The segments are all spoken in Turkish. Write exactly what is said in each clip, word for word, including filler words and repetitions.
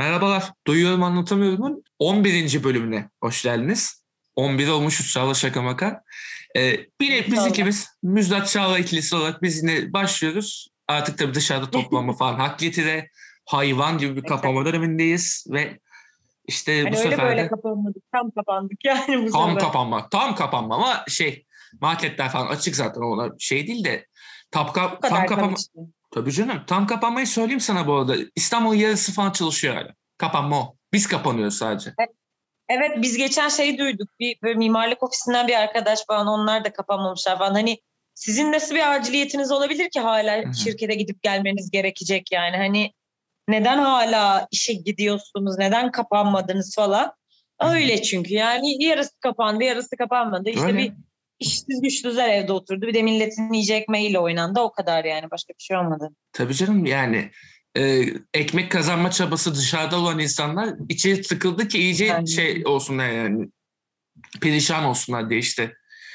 Merhabalar, duyuyorum anlatamıyorum'un on birinci bölümüne hoş geldiniz. on bir olmuşuz Çağla şaka maka. Ee, yine biz İnşallah. ikimiz Müjdat Çağla ikilisi olarak biz yine başlıyoruz. Artık tabii dışarıda toplanma falan hak getire, hayvan gibi bir kapama Exactly. dönemindeyiz ve işte bu Hani öyle sefer böyle de kapanmadık. Tam kapandık yani bu tam sefer. kapanma, tam kapanma ama şey marketler falan açık zaten ona şey değil de tam, Bu tam kadar tam kapanma. işte. Tabii canım. Tam kapanmayı söyleyeyim sana bu arada. İstanbul'un yarısı falan çalışıyor hala. Kapanma o. Biz kapanıyoruz sadece. Evet, evet, biz geçen şey duyduk. Bir böyle mimarlık ofisinden bir arkadaş falan, onlar da kapanmamışlar falan. Hani sizin nasıl bir aciliyetiniz olabilir ki hala Hı hı. şirkete gidip gelmeniz gerekecek yani. Hani neden hala işe gidiyorsunuz? Neden kapanmadınız falan? Hı hı. Öyle çünkü yani yarısı kapandı, yarısı kapanmadı. İşte Öyle. bir işsiz güçsüzler evde oturdu. Bir de milletin yiyecek ekmeğiyle oynandı. O kadar yani. Başka bir şey olmadı. Tabii canım yani e, ekmek kazanma çabası dışarıda olan insanlar içeri tıkıldı ki iyice Yani. şey olsunlar yani perişan olsunlar diye işte.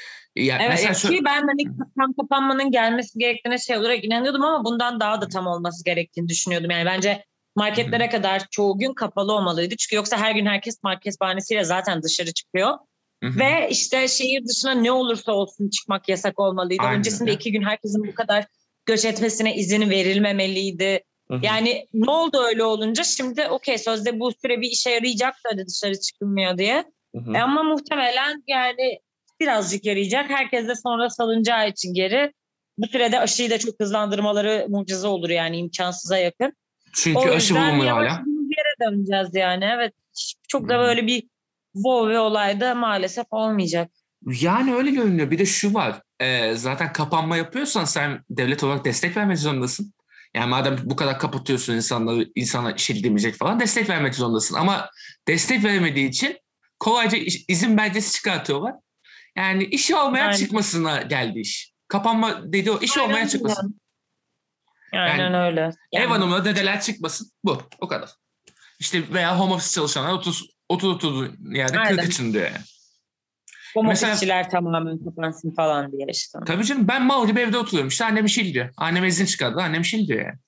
Ya Evet mesela ya, şu ki ben hani tam kapanmanın gelmesi gerektiğine şey olarak inanıyordum ama bundan daha da tam olması gerektiğini düşünüyordum. Yani bence Hı hı. marketlere kadar çoğu gün kapalı olmalıydı. Çünkü yoksa her gün herkes market bahanesiyle zaten dışarı çıkıyor. Hı hı. Ve işte şehir dışına ne olursa olsun çıkmak yasak olmalıydı. Aynen Öncesinde öyle. iki gün herkesin bu kadar göç etmesine izin verilmemeliydi. Hı hı. Yani ne oldu öyle olunca? Şimdi okey, sözde bu süre bir işe yarayacak da dışarı çıkılmıyor diye. Hı E hı. ama muhtemelen yani birazcık yarayacak. Herkes de sonra salınacağı için geri. Bu sürede aşıyı da çok hızlandırmaları mucize olur yani, imkansıza yakın. Çünkü O aşı yüzden bulunmuyor yine hala. başladığımız yere döneceğiz yani. Evet, Hı çok da hı. böyle bir wow bir olay da maalesef olmayacak. Yani öyle görünüyor. Bir de şu var. E, zaten kapanma yapıyorsan sen devlet olarak destek vermek zorundasın. Yani madem bu kadar kapatıyorsun insanları, insana işe gidemeyecek falan destek vermek zorundasın. Ama destek veremediği için kolayca iş- izin belgesi çıkartıyorlar. Yani işi olmayan Aynen. çıkmasına geldi iş. Kapanma dedi o işi olmayan Aynen çıkmasın. öyle. Aynen Yani öyle. ev Yani hanımına dedeler çıkmasın. Bu. O kadar. İşte veya home office çalışanlar otur otur otur yerde kırk aynen. için diyor yani. Home Mesela ofisçiler tamamen kapansın falan diye işte. tabii canım ben mal gibi evde oturuyorum. İşte annem işe diyor. Annem izin çıkardı. Annem işe diyor yani.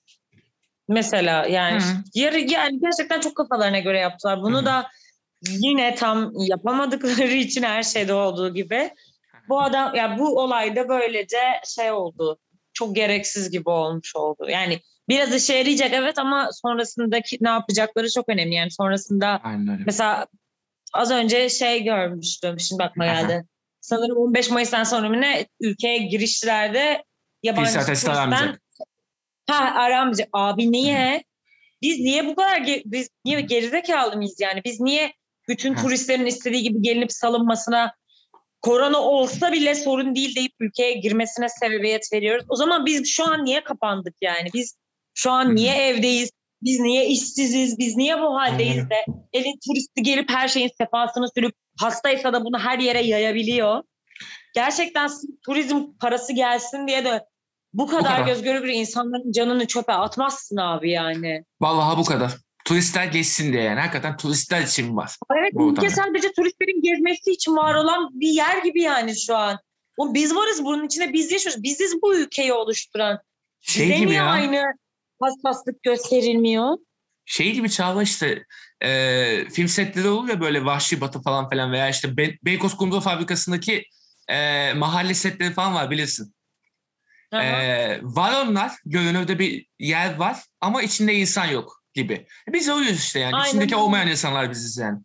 Mesela yani Hı yarı, yani gerçekten çok kafalarına göre yaptılar. hı. Bunu Hı. da yine tam yapamadıkları için, her şeyde olduğu gibi. Bu adam ya, bu olayda böylece şey oldu. Çok gereksiz gibi olmuş oldu. Yani biraz işe yarayacak evet, ama sonrasındaki ne yapacakları çok önemli. Yani sonrasında Aynen öyle. mesela az önce şey görmüştüm. Şimdi bakma Aha. geldi. Sanırım on beş Mayıs'tan sonra mı ne, ülkeye girişlerde P C R yabancı testi turistten alamayacak. ha aramayacak. Abi Hı hı. niye? Biz niye bu kadar ge- biz niye gerizekalı mıyız yani? Biz niye bütün Hı. turistlerin istediği gibi gelinip salınmasına, korona olsa bile sorun değil deyip ülkeye girmesine sebebiyet veriyoruz? O zaman biz şu an niye kapandık yani? Biz şu Hı an hı. niye evdeyiz? Biz niye işsiziz? Biz niye bu Aynen haldeyiz öyle. de elin turisti gelip her şeyin sefasını sürüp hastaysa da bunu her yere yayabiliyor? Gerçekten turizm parası gelsin diye de bu Bu kadar kadar. göz göre bir insanların canını çöpe atmazsın abi yani. Vallahi bu kadar. Turistler geçsin diye yani. Hakikaten turistler için var Evet, bu ülke ortam. sadece turistlerin gezmesi için var olan bir yer gibi yani şu an. O biz varız bunun içinde, biz yaşıyoruz. Biziz bu ülkeyi oluşturan. Şey Bize gibi niye ya. aynı hassaslık gösterilmiyor? Şey gibi Çağla işte e, film setleri olur ya böyle Vahşi Batı falan filan veya işte Be Beykoz Kumru Fabrikası'ndaki e, mahalle setleri falan var bilirsin. E, Aha, var onlar. Görünürde bir yer var ama içinde insan yok gibi. Biz oyuz işte yani. aynen İçindeki öyle. olmayan insanlar biziz yani.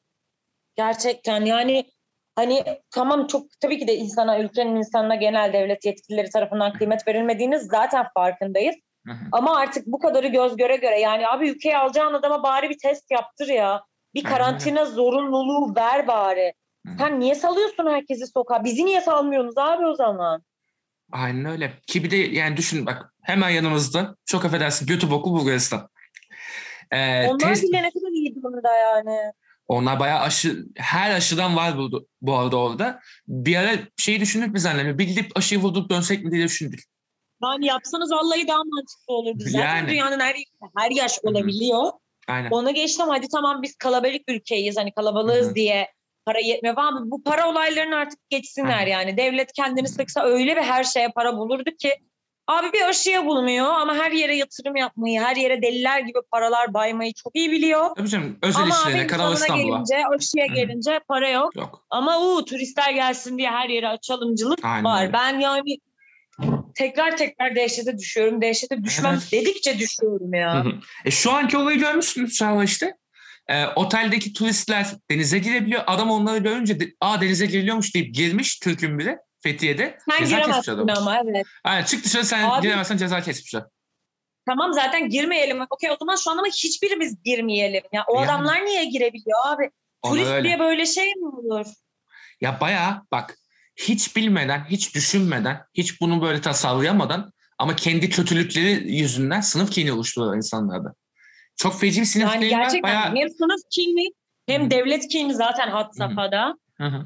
Gerçekten yani, hani tamam, çok tabii ki de insana, ülkenin insanına genel devlet yetkilileri tarafından kıymet verilmediğiniz zaten farkındayız. Hı hı. Ama artık bu kadarı göz göre göre yani, abi ülkeye alacağın adama bari bir test yaptır ya. Bir Aynen öyle. karantina zorunluluğu ver bari. Hı. Sen niye salıyorsun herkesi sokağa? Bizi niye salmıyorsunuz abi o zaman? Aynen öyle. Ki bir de yani düşün bak hemen yanımızda çok affedersin götü boku Bulgaristan. E, Onlar test bile ne kadar iyi durumda yani. Onlar bayağı aşı, her aşıdan var bu, bu arada orada. Bir ara şeyi düşündük biz annemle. Bildik aşıyı vurup dönsek mi diye düşündük. Yani yapsanız vallahi daha mantıklı olurdu. Zaten Yani. dünyanın her yerinde her yaş Hı hı. olabiliyor. Aynen. Ona geçtim, hadi tamam biz kalabalık ülkeyiz, hani Hı kalabalığız hı. diye para yetmiyor ama bu para olaylarını artık geçsinler Aynen. yani. Devlet Hı kendini hı. sıksa öyle bir her şeye para bulurdu ki Abi bir aşıya bulmuyor ama her yere yatırım yapmayı, her yere deliler gibi paralar baymayı çok iyi biliyor. Tabii canım, özel Ama abi işlerine, Kanal insanına İstanbul'a. gelince, aşıya Hı-hı. gelince para yok. Yok. Ama uu, turistler gelsin diye her yere açalımcılık Aynen var. öyle. Ben yani tekrar tekrar dehşete düşüyorum. Dehşete düşmem Evet. dedikçe düşüyorum ya. Hı-hı. E şu anki olayı görmüşsünüz Çağla işte. E, oteldeki turistler denize girebiliyor. Adam onları görünce de, aa denize giriliyormuş deyip girmiş Türk'ün biri Fethiye'de. Sen Ceza kesmiş giremezsin adamı. ama evet. Aynen, çık dışarı, sen Abi giremezsen ceza kesmişler. tamam zaten girmeyelim. Okey o zaman şu an ama hiçbirimiz girmeyelim. Ya o Yani adamlar niye girebiliyor abi? onlar Turist öyle. diye böyle şey mi olur? Ya bayağı bak, hiç bilmeden, hiç düşünmeden, hiç bunu böyle tasarlayamadan ama kendi kötülükleri yüzünden sınıf kini oluşturuyor insanlarda. Çok feci bir sınıf Yani kini var. gerçekten Bayağı. hem sınıf kini Hı-hı. hem devlet kini zaten had Hı-hı. safhada. Hı-hı.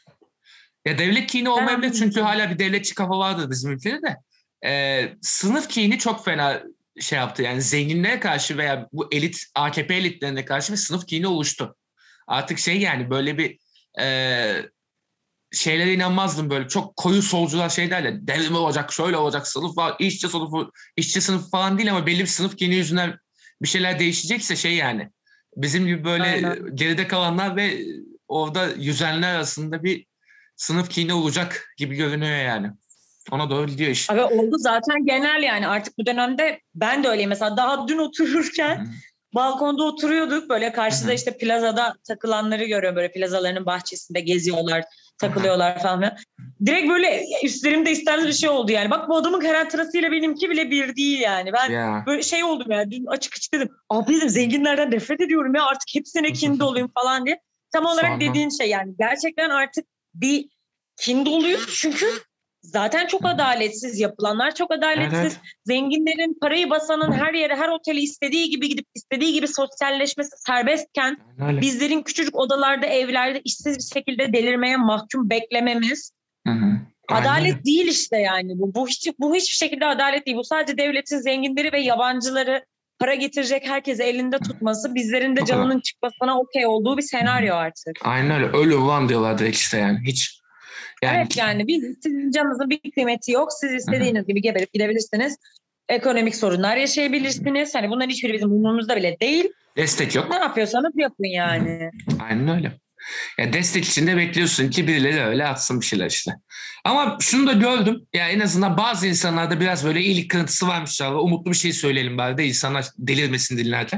Ya devlet kini Ben olmayabilir çünkü anlamadım. hala bir devletçi kafa vardır bizim ülkede de. Ee, sınıf kini çok fena şey yaptı. Yani zenginlere karşı veya bu elit A K P elitlerine karşı bir sınıf kini oluştu. Artık şey yani böyle bir e, şeylere inanmazdım, böyle çok koyu solcular şey derler. Devrim olacak, şöyle olacak, sınıf var, işçi sınıfı, işçi sınıfı falan değil ama belli bir sınıf kini yüzünden bir şeyler değişecekse şey yani. Bizim gibi böyle Aynen. geride kalanlar ve orada yüzenler arasında bir sınıf kini olacak gibi görünüyor yani. Ona doğru gidiyor iş. Abi oldu zaten genel yani artık bu dönemde ben de öyleyim. Mesela daha dün otururken Hı balkonda oturuyorduk. Böyle karşıda hı. işte plazada takılanları görüyorum. Böyle plazalarının bahçesinde geziyorlar, Hı hı. takılıyorlar falan. Direkt böyle üstlerimde istemsiz bir şey oldu yani. Bak bu adamın karantinasıyla benimki bile bir değil yani. Ben Ya. böyle şey oldum yani. Dün açık açık dedim. Abi dedim zenginlerden nefret ediyorum ya. Artık hepsine kin doluyum falan diye. Tam olarak Sonra. dediğin şey yani. Gerçekten artık bir kin doluyuz. Çünkü zaten çok adaletsiz yapılanlar, çok Evet, adaletsiz. evet. Zenginlerin, parayı basanın her yere, her otele istediği gibi gidip istediği gibi sosyalleşmesi serbestken Öyle. bizlerin küçücük odalarda, evlerde işsiz bir şekilde delirmeye mahkum beklememiz Hı hı. Aynen öyle. adalet değil işte yani. Bu, bu, hiç, bu hiçbir şekilde adalet değil. Bu sadece devletin zenginleri ve yabancıları para getirecek herkesi elinde tutması, bizlerin de O kadar. canının çıkmasına okey olduğu bir Hı hı. senaryo artık. Aynen öyle. Ölü ulan diyorlar direkt işte yani. Hiç yani. Evet yani biz, sizin canınızın bir kıymeti yok. Siz Hı hı. istediğiniz gibi geberip gidebilirsiniz. Ekonomik sorunlar yaşayabilirsiniz. Hani bunların hiçbiri bizim umurumuzda bile değil. Destek Ne yok. yapıyorsanız yapın yani. Aynen öyle. Ya destek için de bekliyorsun ki birileri öyle atsın bir şeyler işte. Ama şunu da gördüm. Ya en azından bazı insanlarda biraz böyle iyilik kırıntısı varmış. Ya. Umutlu bir şey söyleyelim bari de insanlar delirmesin dinlerken.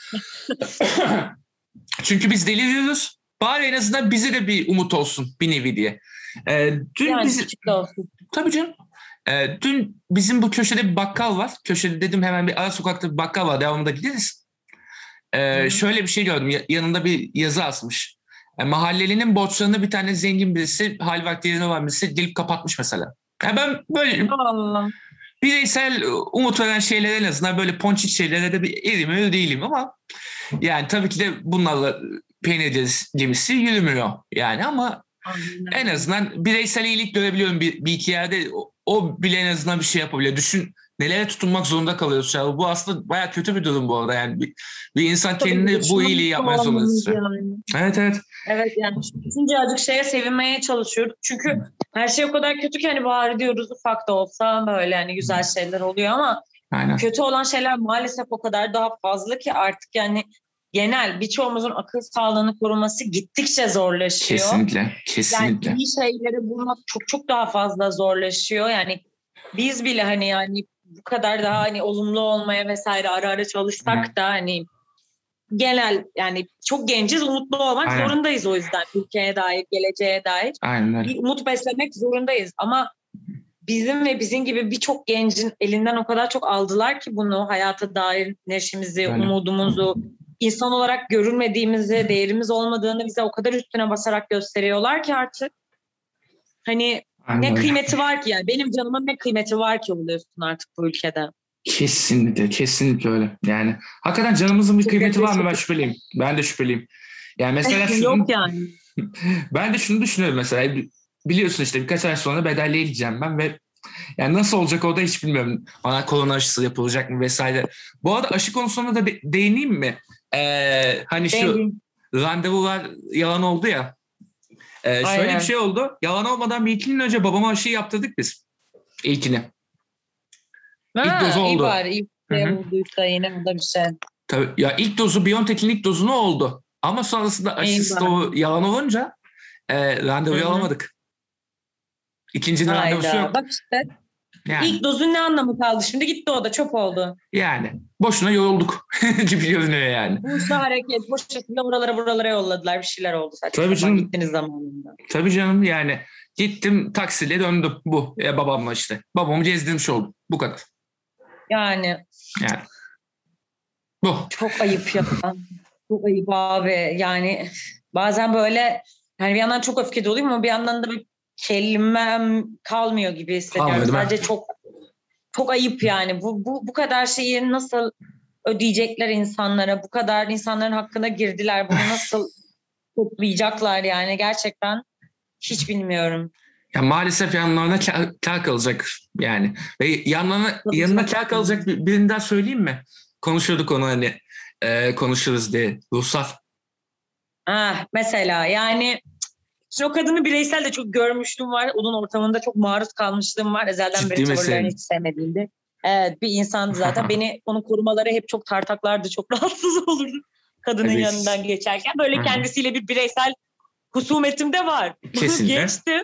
Çünkü biz deliriyoruz. Bari en azından bize de bir umut olsun bir nevi diye. Ee, dün Yani biz küçük de olsun. tabii canım. Ee, dün bizim bu köşede bir bakkal var. Köşede dedim, hemen bir ara sokakta bir bakkal var. Devamında gideriz. Hı Ee, hı. şöyle bir şey gördüm. Ya- Yanında bir yazı asmış. E, mahallelinin borçlarını bir tane zengin birisi, hal vakti yerine var birisi gelip kapatmış mesela. Ya ben böyle Allah. bireysel umut veren şeylere, en azından böyle ponçik şeylere de bir elim öyle değilim ama yani tabii ki de bunlarla peynir gemisi yürümüyor yani, ama en Aynen. azından bireysel iyilik görebiliyorum bir, bir iki yerde. O, o bile en azından bir şey yapabiliyor. Düşün, nelere tutunmak zorunda kalıyoruz. Ya. Bu aslında bayağı kötü bir durum bu arada. Yani bir, bir insan Tabii ki de kendini bu şuna iyiliği mutlu yapmaya zorunda olmamız hissediyor. yani. Evet, evet. Evet yani düşünce azıcık şeye sevinmeye çalışıyoruz. Çünkü her şey o kadar kötü ki hani bari diyoruz ufak da olsa böyle hani güzel şeyler oluyor ama Aynen. kötü olan şeyler maalesef o kadar daha fazla ki artık yani genel birçoğumuzun akıl sağlığını koruması gittikçe zorlaşıyor. Kesinlikle. Yani Kesinlikle. iyi şeyleri bulmak çok çok daha fazla zorlaşıyor. Yani biz bile hani yani bu kadar daha hani olumlu olmaya vesaire ara ara Hı hı. çalışsak da hani genel yani çok genciz, umutlu olmak Aynen. zorundayız o yüzden ülkeye dair, geleceğe dair Aynen öyle. bir umut beslemek zorundayız ama bizim ve bizim gibi birçok gencin elinden o kadar çok aldılar ki bunu, hayata dair neşemizi, Öyle. umudumuzu, insan olarak görülmediğimizi, değerimiz olmadığını bize o kadar üstüne basarak gösteriyorlar ki artık hani Aynen ne öyle. kıymeti var ki yani benim canıma ne kıymeti var ki oluyorsun artık bu ülkede. Kesinlikle. Kesinlikle öyle. Yani hakikaten canımızın bir Çok kıymeti var mı? Ben depresif. şüpheliyim. Ben de şüpheliyim. Yani mesela Yok şunu, yani. ben de şunu düşünüyorum mesela. Biliyorsun işte birkaç ay sonra bedelliye gideceğim ben ve yani nasıl olacak o da hiç bilmiyorum. Bana korona aşısı yapılacak mı vesaire. Bu arada aşı konusunda da de- değineyim mi? Ee, hani şu Değil. randevular yalan oldu ya. Ee, şöyle bir Aynen. şey oldu. Yalan olmadan bir iki gün önce babama aşıyı yaptırdık biz. İlkini. İlk dozu Ha, iyi oldu. bari. İlk Hı şey hı. olduysa yine o da bir şey. Tabii, ya ilk dozu BioNTech'in ilk dozu ne oldu? Ama sonrasında aşı İyi bari. stoğu yalan olunca e, Hı randevuyu hı. alamadık. İkincinin randevusu Hayda. yok. Bak işte Yani ilk dozun ne anlamı kaldı şimdi? Gitti o da çöp oldu. yani boşuna yorulduk gibi görünüyor yani. Boşuna hareket, boş şekilde oralara buralara yolladılar. Bir şeyler oldu saçma Tabii sapan canım, gittiniz zamanında. tabii canım yani gittim taksiyle döndüm bu ya babamla işte. Babamı gezdirmiş oldum. Bu kadar. Yani Yani bu. çok ayıp ya. Çok ayıp abi. Yani bazen böyle yani bir yandan çok öfke doluyum ama bir yandan da bir kelimem kalmıyor gibi hissediyorum. Kalmadı ben. Sadece çok çok ayıp yani. Bu, bu, bu kadar şeyi nasıl ödeyecekler insanlara? Bu kadar insanların hakkına girdiler. Bunu nasıl toplayacaklar yani? Gerçekten hiç bilmiyorum. Ya maalesef yanlarına kar, kar kalacak yani. Ve yanlarına, Tabii yanına canım. kar kalacak bir, birinden söyleyeyim mi? Konuşuyorduk onu hani e, konuşuruz diye. Ruhsar. Ah, mesela yani şimdi o kadını bireysel de çok görmüşlüğüm var. Onun ortamında çok maruz kalmışlığım var. Ezelden beri Ciddi tavırlarını hiç misin? sevmediğimdi. Evet, bir insandı zaten. Beni onun korumaları hep çok tartaklardı. Çok rahatsız olurdu kadının Evet. yanından geçerken. Böyle Hı. kendisiyle bir bireysel husumetim de var. Bunu Kesinlikle. geçtim.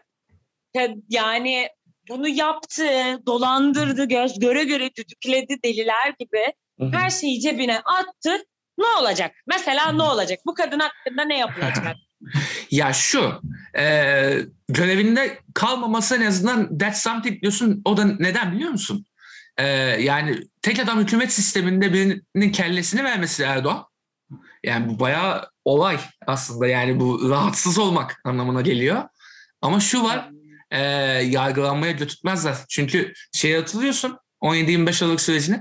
Yani bunu yaptı, dolandırdı, göz göre göre düdükledi deliler gibi. Hı hı. Her şeyi cebine attı. Ne olacak? Mesela ne olacak? Bu kadın hakkında ne yapılacak? Ya şu e, görevinde kalmaması en azından that's something diyorsun. O da neden biliyor musun? E, yani tek adam hükümet sisteminde birinin kellesini vermesi Erdoğan. Yani bu bayağı olay aslında. Yani bu rahatsız olmak anlamına geliyor. Ama şu var e, yargılanmaya götürtmezler. Çünkü şey hatırlıyorsun on yedi yirmi beş Aralık sürecini.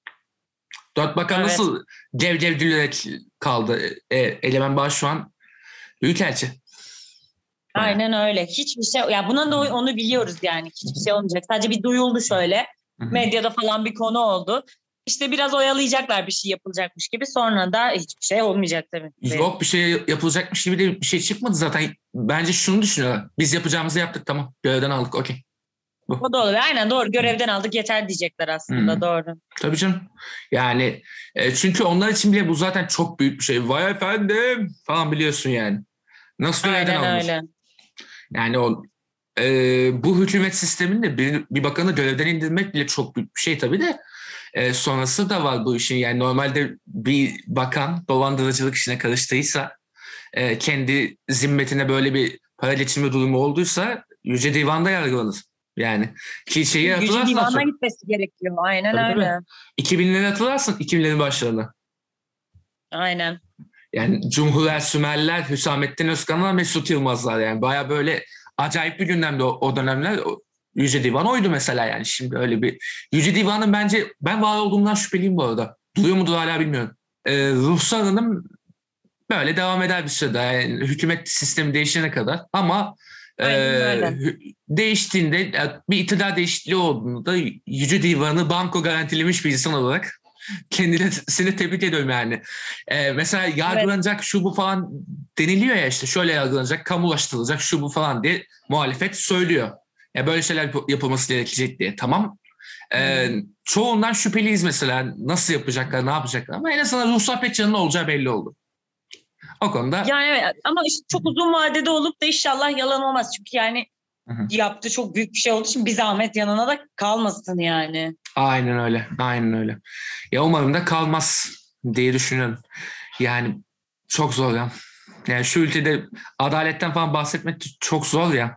Dört bakan Evet. nasıl cevcevdülerek kaldı. E, Egemen Bağış şu an büyükelçi. Yani. Aynen öyle. Hiçbir şey ya buna da onu biliyoruz yani. Hiçbir şey olmayacak. Sadece bir duyuldu şöyle. Hı hı. Medyada falan bir konu oldu. İşte biraz oyalayacaklar bir şey yapılacakmış gibi. Sonra da hiçbir şey olmayacak tabii. Yok bir şey yapılacakmış gibi de bir şey çıkmadı zaten. Bence şunu düşünüyorlar. Biz yapacağımızı yaptık tamam. Görevden aldık okey. Bu. O da olur. Aynen doğru. Görevden aldık yeter diyecekler aslında. Hmm. Doğru. Tabii canım. Yani e, çünkü onlar için bile bu zaten çok büyük bir şey. Vay efendim falan biliyorsun yani. Nasıl görevden Aynen alınır? öyle. Yani o e, bu hükümet sisteminde bir, bir bakanı görevden indirmek bile çok büyük bir şey tabii de. E, sonrası da var bu işin. Yani normalde bir bakan dolandırıcılık işine karıştıysa e, kendi zimmetine böyle bir para geçirme durumu olduysa Yüce Divan'da yargılanır. Yani ki şeyi Yüce hatırlarsın az Divan'a çok. gitmesi gerekiyor. Aynen Tabii tabii. öyle. iki binleri hatırlarsın iki binlerin başlarını. Aynen. Yani Cumhuriyet Sümerler, Hüsamettin Özkanlar, Mesut Yılmazlar yani. Baya böyle acayip bir gündemdi o, o dönemler. O, Yüce Divan oydu mesela yani şimdi öyle bir. Yüce Divan'ın bence ben var olduğumdan şüpheliyim bu arada. Duruyor mudur hala bilmiyorum. Ee, Ruhsar Hanım böyle devam eder bir süre daha. Yani hükümet sistemi değişene kadar. Ama e, Aynen öyle. değiştiğinde bir iktidar değişikliği olduğunda Yüce Divan'ı banko garantilemiş bir insan olarak kendisini tebrik ediyorum yani. Ee, mesela Evet. yargılanacak şu bu falan deniliyor ya işte şöyle yargılanacak, kamulaştırılacak şu bu falan diye muhalefet söylüyor. Ya böyle şeyler yapılması gerekecek diye. Tamam. Ee, Hmm. çoğundan şüpheliyiz mesela nasıl yapacaklar, ne yapacaklar ama en azından Ruhsar Peçan'ın olacağı belli oldu. O konuda Yani evet ama işte çok uzun vadede olup da inşallah yalan olmaz. Çünkü yani hı hı. yaptığı çok büyük bir şey olduğu için bir zahmet yanına da kalmasın yani. Aynen öyle. Aynen öyle. Ya umarım da kalmaz diye düşünüyorum. Yani çok zor ya. Yani şu ülkede adaletten falan bahsetmek çok zor ya.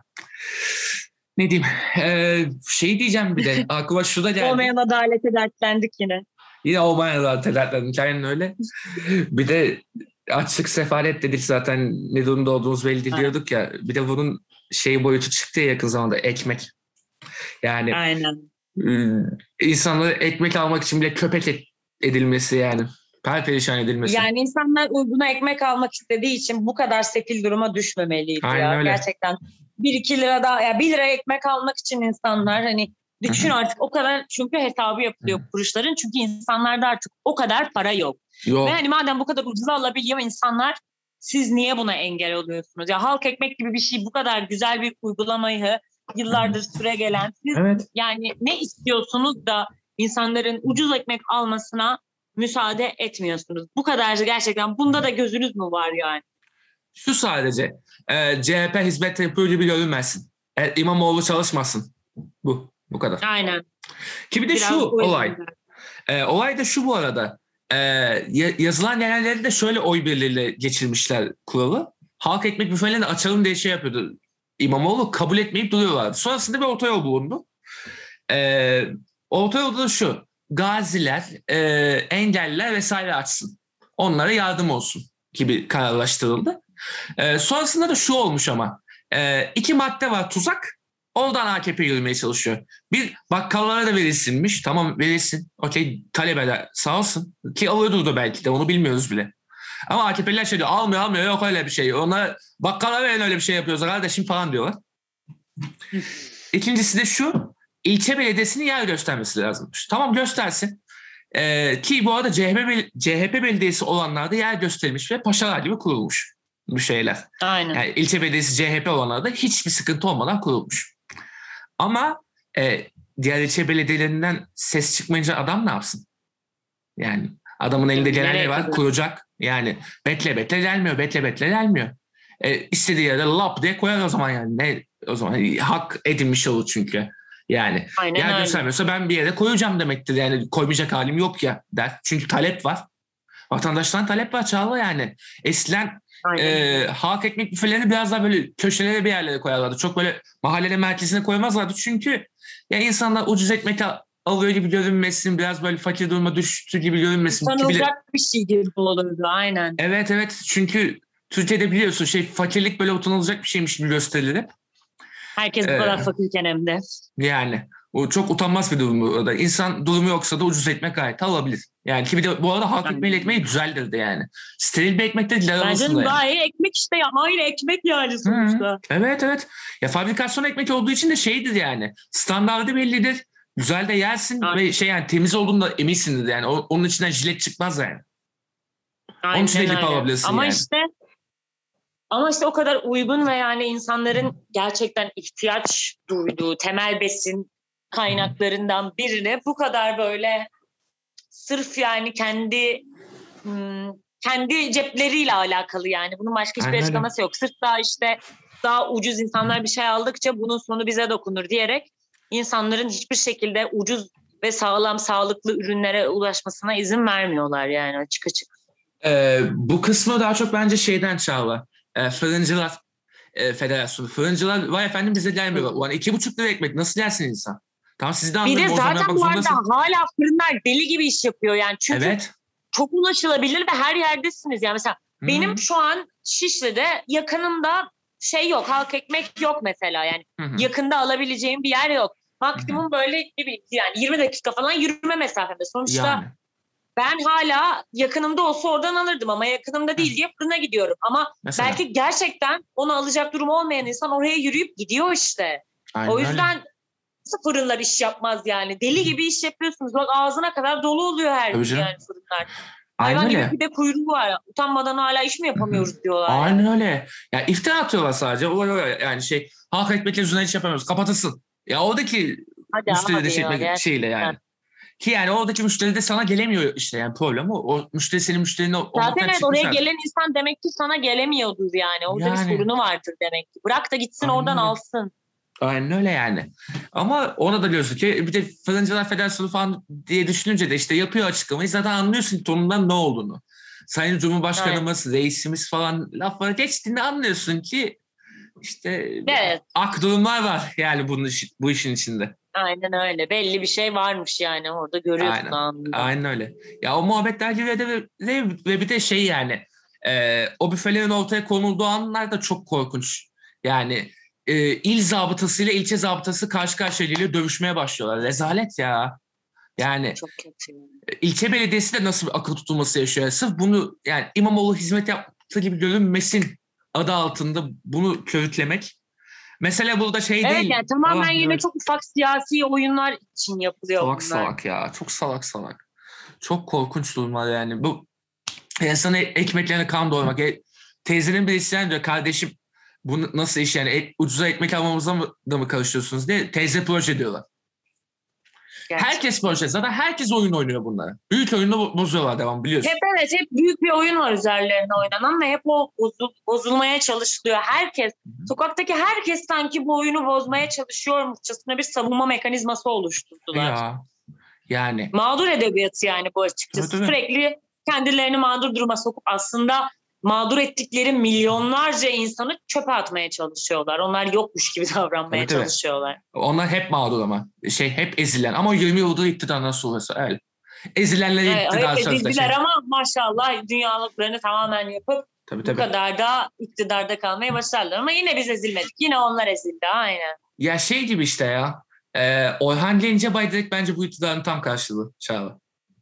Ne diyeyim? Ee, şey diyeceğim bir de. Aklıma şu da geldi. Olmayan adalete dertlendik yine. Yine olmayan adaletten hikayenin öyle. Bir de açlık sefalet dedik zaten ne durumda olduğumuz belli değil Ha, diyorduk ya. Bir de bunun şey boyutu çıktı ya yakın zamanda ekmek. Yani aynen. ıı, insanları ekmek almak için bile köpek et- edilmesi yani. Perperişan edilmesi. Yani insanlar uyguna ekmek almak istediği için bu kadar sefil duruma düşmemeliydi Aynen ya. öyle. Gerçekten bir iki lira daha ya bir lira ekmek almak için insanlar hani Hı düşün hı. artık o kadar çünkü hesabı Hı hı. yapılıyor kuruşların çünkü insanlarda artık o kadar para yok. Ve Yok. hani madem bu kadar ucuza alabiliyor insanlar siz niye buna engel oluyorsunuz? Ya halk ekmek gibi bir şey bu kadar güzel bir uygulamayı Hı hı. yıllardır süre gelen siz Evet. yani ne istiyorsunuz da insanların ucuz ekmek almasına müsaade etmiyorsunuz. Bu kadar gerçekten. Bunda da gözünüz mü var yani? Şu sadece e, C H P hizmet yapıyor gibi görünmesin. E, İmamoğlu çalışmasın. Bu. Bu kadar. Aynen. Ki bir de Biraz şu o yüzden olay. E, olay da şu bu arada. E, yazılan genelleri de şöyle oy birliğiyle geçirmişler kuralı. Halk ekmek büfelerini açalım diye şey yapıyordu. İmamoğlu kabul etmeyip duruyorlardı. Sonrasında bir orta yol bulundu. E, orta yolda da şu. Gaziler, e, engelliler vesaire açsın. Onlara yardım olsun gibi kararlaştırıldı. E, sonrasında da şu olmuş ama. E, iki madde var tuzak. Oradan A K P yürümeye çalışıyor. Bir bakkallara da verilsinmiş. Tamam verilsin. Okey talebeler sağ olsun. Ki alıyordur da belki de onu bilmiyoruz bile. Ama A K P'liler şey diyor almıyor almıyor yok öyle bir şey. Ona bakkala verin öyle bir şey yapıyoruz kardeşim falan diyorlar. İkincisi de şu. İlçe belediyesinin yer göstermesi lazımmış. Tamam göstersin. Ee, ki bu arada C H P, C H P belediyesi olanlarda yer gösterilmiş ve paşalar gibi kurulmuş bu şeyler. Aynen. Yani ilçe belediyesi C H P olanlarda hiçbir sıkıntı olmadan kurulmuş. Ama e, diğer ilçe belediyelerinden ses çıkmayınca adam ne yapsın? Yani adamın elinde gelen ne var? Kuracak. Yani bekle bekle gelmiyor. Bekle bekle gelmiyor. E, istediği yere lap diye koyar o zaman yani. Ne, o zaman hak edinmiş olur çünkü. Yani Aynen yer öyle. göstermiyorsa ben bir yere koyacağım demektir. Yani koymayacak halim yok ya der. Çünkü talep var. Vatandaştan talep var Çağla yani. Eskiden e, halk ekmek büfelerini biraz daha böyle köşelere bir yerlere koyarlardı. Çok böyle mahallenin merkezine koymazlardı. Çünkü ya insanlar ucuz ekmek alıyor gibi görünmesin, biraz böyle fakir duruma düştü gibi görünmesin. Utanılacak bir şey gibi olurdu aynen. Evet evet çünkü Türkiye'de biliyorsun şey fakirlik böyle utanılacak bir şeymiş gibi gösterilir. Herkes bu ee, kadar fakirken hem de. Yani o çok utanmaz bir durum burada. İnsan durumu yoksa da ucuz ekmek gayet alabilir. Yani ki bir de bu arada halk ekmeğiyle ekmeği güzeldir de yani. Steril bir ekmek de değil arasında Bence yani. daha iyi ekmek işte ya. Aynı ekmek yani sonuçta. Hı, evet evet. Ya fabrikasyon ekmek olduğu için de şeydir yani. Standardı bellidir. Güzel de yersin Aynen. Ve şey yani temiz olduğunda eminsindir yani. O, onun içinden jilet çıkmaz yani. Aynen Onun için de gidip öyle. alabilirsin Ama yani. işte ama işte o kadar uygun ve yani insanların gerçekten ihtiyaç duyduğu temel besin kaynaklarından birine bu kadar böyle sırf yani kendi kendi cepleriyle alakalı yani. Bunun başka hiçbir Aynen öyle. açıklaması yok. Sırf daha işte daha ucuz insanlar bir şey aldıkça bunun sonu bize dokunur diyerek insanların hiçbir şekilde ucuz ve sağlam sağlıklı ürünlere ulaşmasına izin vermiyorlar yani açık açık. Ee, bu kısmı daha çok bence şeyden Çağla. Ee, Fırıncılar e, Federasyonu. Fırıncılar vay efendim bize gelmiyor. Ulan iki buçuk lira ekmek nasıl yersin insan? Tamam siz de Bir de anlayın. zaten bu arada hala fırınlar deli gibi iş yapıyor yani. Çünkü evet. çok ulaşılabilir ve her yerdesiniz. Yani mesela hmm. benim şu an Şişli'de yakınımda şey yok, halk ekmek yok mesela yani. Hmm. Yakında alabileceğim bir yer yok. Maksimum hmm. böyle gibi yani yirmi dakika falan yürüme mesafede. Sonuçta yani. Ben hala yakınımda olsa oradan alırdım ama yakınımda değil diye fırına gidiyorum. Ama mesela. Belki gerçekten onu alacak durum olmayan insan oraya yürüyüp gidiyor işte. Aynen o yüzden öyle. Nasıl fırınlar iş yapmaz yani? Deli gibi iş yapıyorsunuz. Bak ağzına kadar dolu oluyor her gün yani fırınlar. Hayvan gibi bir de kuyruğu var. Utanmadan hala iş mi yapamıyoruz diyorlar. Aynen yani. öyle. Ya iftira atıyorlar sadece. Olay o yani şey halk ekmekle yüzünden iş yapamıyoruz. Kapatılsın. Ya oradaki hadi, müşteri hadi de şey ya, etmek şeyle yani. Ki yani oradaki müşteri de sana gelemiyor işte yani problem o. O müşteri senin müşterine zaten evet oraya artık. Gelen insan demek ki sana gelemiyordur yani. Orada yani. Bir sorunu vardır demek ki. Bırak da gitsin aynen oradan öyle. Alsın. Aynen öyle yani. Ama ona da diyorsun ki bir de Fırıncılar Federasyonu falan diye düşününce de işte yapıyor açıklamayı. Zaten anlıyorsun tonundan ne olduğunu. Sayın Cumhurbaşkanımız, evet. Reisimiz falan lafları geçtiğinde anlıyorsun ki işte evet. Ak durumlar var yani bunun bu işin içinde. Aynen öyle. Belli bir şey varmış yani orada görüyorsun aynen. anında. Aynen öyle. Ya o muhabbetler gibi de ve, ve bir de şey yani e, o büfelerin ortaya konulduğu anlar da çok korkunç. Yani e, il zabıtasıyla ilçe zabıtası karşı karşıya geliyor dövüşmeye başlıyorlar. Rezalet ya. Yani çok kötü. İlçe belediyesi de nasıl bir akıl tutulması yaşıyor. Sırf bunu yani İmamoğlu hizmet yaptığı gibi görünmesin adı altında bunu körüklemek. Mesela burada şey evet, değil. Evet yani tamamen ah, yine evet. Çok ufak siyasi oyunlar için yapılıyor salak bunlar. Salak ya. Çok salak salak. Çok korkunç durumlar yani. Bu insanı ekmeklerine kan doyurmak. E, teyzenin bir isyan diyor. Kardeşim bu nasıl iş yani? Et, ucuza ekmek almamıza mı, da mı karışıyorsunuz diye teyze proje diyorlar. Herkes proje. Zaten herkes oyun oynuyor bunları. Büyük oyunu bozuyorlar devam biliyorsun. Hep evet hep büyük bir oyun var üzerlerine oynanan ve hep o bozul, bozulmaya çalışılıyor. Herkes, Hı-hı. sokaktaki herkes sanki bu oyunu bozmaya çalışıyormuşçasına bir savunma mekanizması oluşturdular. Ya yani. Mağdur edebiyatı yani bu açıkçası. Tabii, tabii. Sürekli kendilerini mağdur duruma sokup aslında mağdur ettikleri milyonlarca insanı çöpe atmaya çalışıyorlar. Onlar yokmuş gibi davranmaya tabii, çalışıyorlar. Tabii. Onlar hep mağdur ama. Şey hep ezilen. Ama yirmi yıldır iktidar nasıl olursa öyle. Ezilenleri evet, iktidar sözde. Ezildiler şey. Ama maşallah dünyalıklarını tamamen yapıp tabii, tabii. bu kadar da iktidarda kalmaya başardılar. Ama yine biz ezilmedik. Yine onlar ezildi aynen. Ya şey gibi işte ya. E, Orhan Gencebay direkt bence bu iktidarın tam karşılığı Çağla.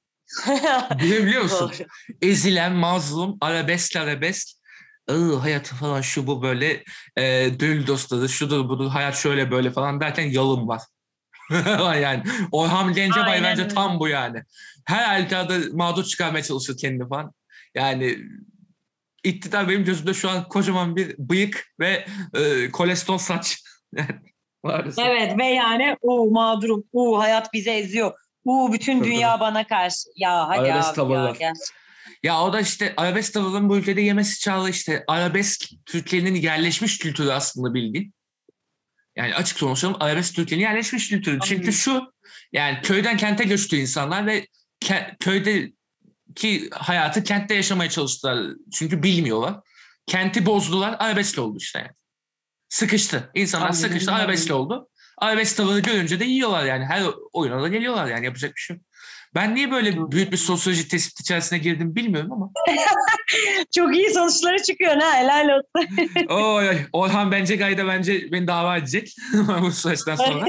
Biliyor musun? Ezilen, mazlum, arabesk arabesk. Iı, hayatı falan şu bu böyle e, dönül dostları, şudur budur, hayat şöyle böyle falan derken yalın var. Yani Orhan Gencebay aynen bence tam bu yani. Her halükarda mağdur çıkarmaya çalışır kendini falan. Yani iktidar benim gözümde şu an kocaman bir bıyık ve e, kolesterol saç. Evet ve yani o mağdurum, o hayat bizi eziyor. Uuu bütün dünya bana karşı. Ya hadi arabesk abi ya gerçekten. Ya o da işte arabesk tavırların bu ülkede yemesi Çağla işte arabesk Türkiye'nin yerleşmiş kültürü aslında bildiğin. Yani açık konuşalım arabesk Türkiye'nin yerleşmiş kültürü. Aynen. Çünkü şu yani köyden kente göçtü insanlar ve ke- köydeki hayatı kentte yaşamaya çalıştılar. Çünkü bilmiyorlar. Kenti bozdular arabesk oldu işte yani. Sıkıştı. İnsanlar Aynen. sıkıştı arabesk oldu. Arabesk tavırı görünce de yiyorlar yani. Her oyuna da geliyorlar yani yapacak bir şey yok. Ben niye böyle büyük bir sosyoloji tespit içerisine girdim bilmiyorum ama. Çok iyi sonuçları çıkıyor ha helal olsun. Oy, oy. Orhan Bencegay da bence beni dava edecek bu süreçten sonra.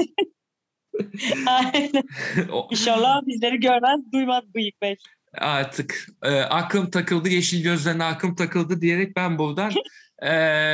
Aynen. İnşallah bizleri görmez duymaz bıyık bey. Artık e, aklım takıldı yeşil gözlerine aklım takıldı diyerek ben buradan e,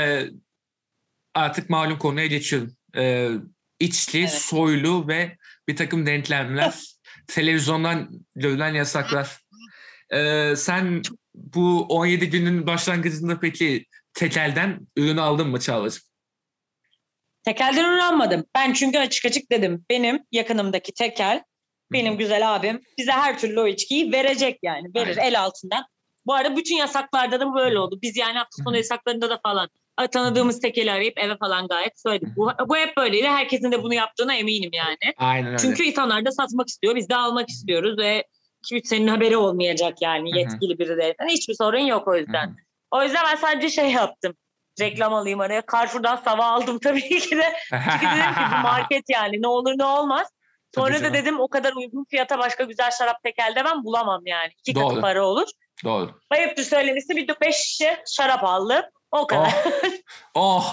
artık malum konuya geçiyorum. E, içli, evet. soylu ve bir takım denklemler, televizyondan görülen yasaklar. Ee, sen bu on yedi günün başlangıcında peki tekelden ürün aldın mı Çağla'cığım? Tekelden ürün almadım. Ben çünkü açık açık dedim. Benim yakınımdaki tekel, benim güzel abim bize her türlü o içkiyi verecek yani. Verir Aynen. El altından. Bu arada bütün yasaklarda da böyle oldu. Biz yani hafta sonu yasaklarında da falan tanıdığımız tekeli arayıp eve falan gayet söyledik. Bu, bu hep böyleydi. Herkesin de bunu yaptığına eminim yani. Aynen öyle. Çünkü insanlar da satmak istiyor. Biz de almak istiyoruz ve kimsenin haberi olmayacak yani yetkili birilerinin. Hiçbir sorun yok o yüzden. Hı-hı. O yüzden ben sadece şey yaptım. Reklam alayım araya. Carrefour'dan Sava aldım tabii ki de. Çünkü dedim ki bu market yani ne olur ne olmaz. Sonra da dedim o kadar uygun fiyata başka güzel şarap tekelde ben bulamam yani. İki Doğru. katı para olur. Doğru. Ayıptır söylemesi bir de beş şişe şarap aldım. O kadar. Oh. oh.